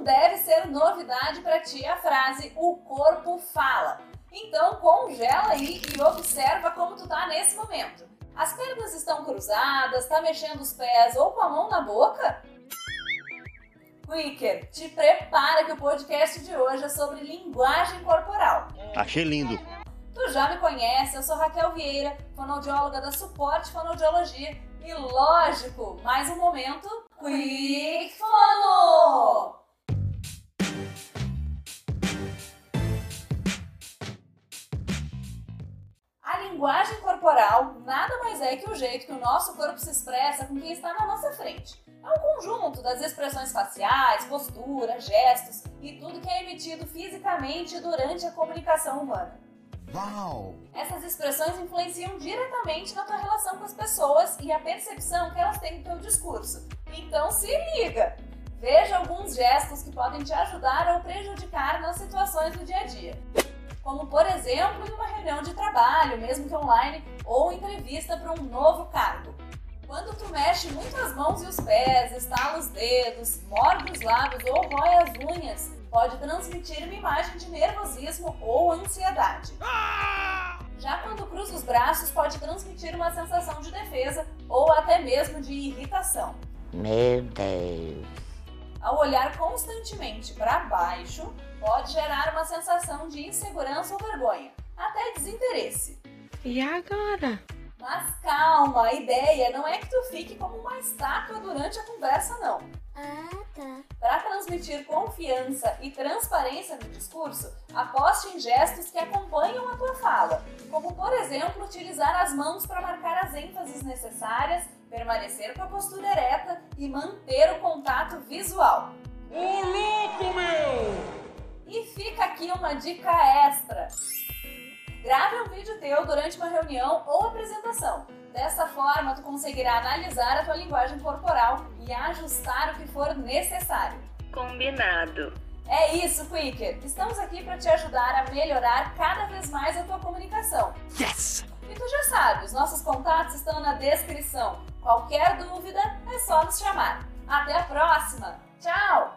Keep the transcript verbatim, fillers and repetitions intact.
deve ser novidade para ti a frase "o corpo fala". Então congela aí e observa como tu tá nesse momento. As pernas estão cruzadas, tá mexendo os pés ou com a mão na boca? Quicker, te prepara que o podcast de hoje é sobre linguagem corporal. Achei lindo. Tu já me conhece, eu sou Raquel Vieira, fonoaudióloga da Suporte Fonoaudiologia e, lógico, mais um momento Quick Fono! A linguagem corporal nada mais é que o jeito que o nosso corpo se expressa com quem está na nossa frente. É um conjunto das expressões faciais, postura, gestos e tudo que é emitido fisicamente durante a comunicação humana. Uau! Essas expressões influenciam diretamente na tua relação com as pessoas e a percepção que elas têm do teu discurso. Então se liga! Veja alguns gestos que podem te ajudar ou prejudicar nas situações do dia a dia. Como, por exemplo, em uma reunião de trabalho, mesmo que online, ou entrevista para um novo cargo. Quando tu mexe muito as mãos e os pés, estala os dedos, morde os lábios ou rói as unhas, pode transmitir uma imagem de nervosismo ou ansiedade. Já quando cruza os braços, pode transmitir uma sensação de defesa ou até mesmo de irritação. Meu Deus! Ao olhar constantemente para baixo, pode gerar uma sensação de insegurança ou vergonha, até desinteresse. E agora? Mas calma, a ideia não é que tu fique como uma estátua durante a conversa, não. Ah, tá. Para transmitir confiança e transparência no discurso, aposte em gestos que acompanham a tua fala, como, por exemplo, utilizar as mãos para marcar as ênfases necessárias, permanecer com a postura ereta e manter o contato visual. Ô louco, meu! E fica aqui uma dica extra. Grave um vídeo teu durante uma reunião ou apresentação. Dessa forma, tu conseguirá analisar a tua linguagem corporal e ajustar o que for necessário. Combinado. É isso, Quicker! Estamos aqui para te ajudar a melhorar cada vez mais a tua comunicação. Yes! E tu já sabe, os nossos contatos estão na descrição. Qualquer dúvida, é só nos chamar. Até a próxima! Tchau!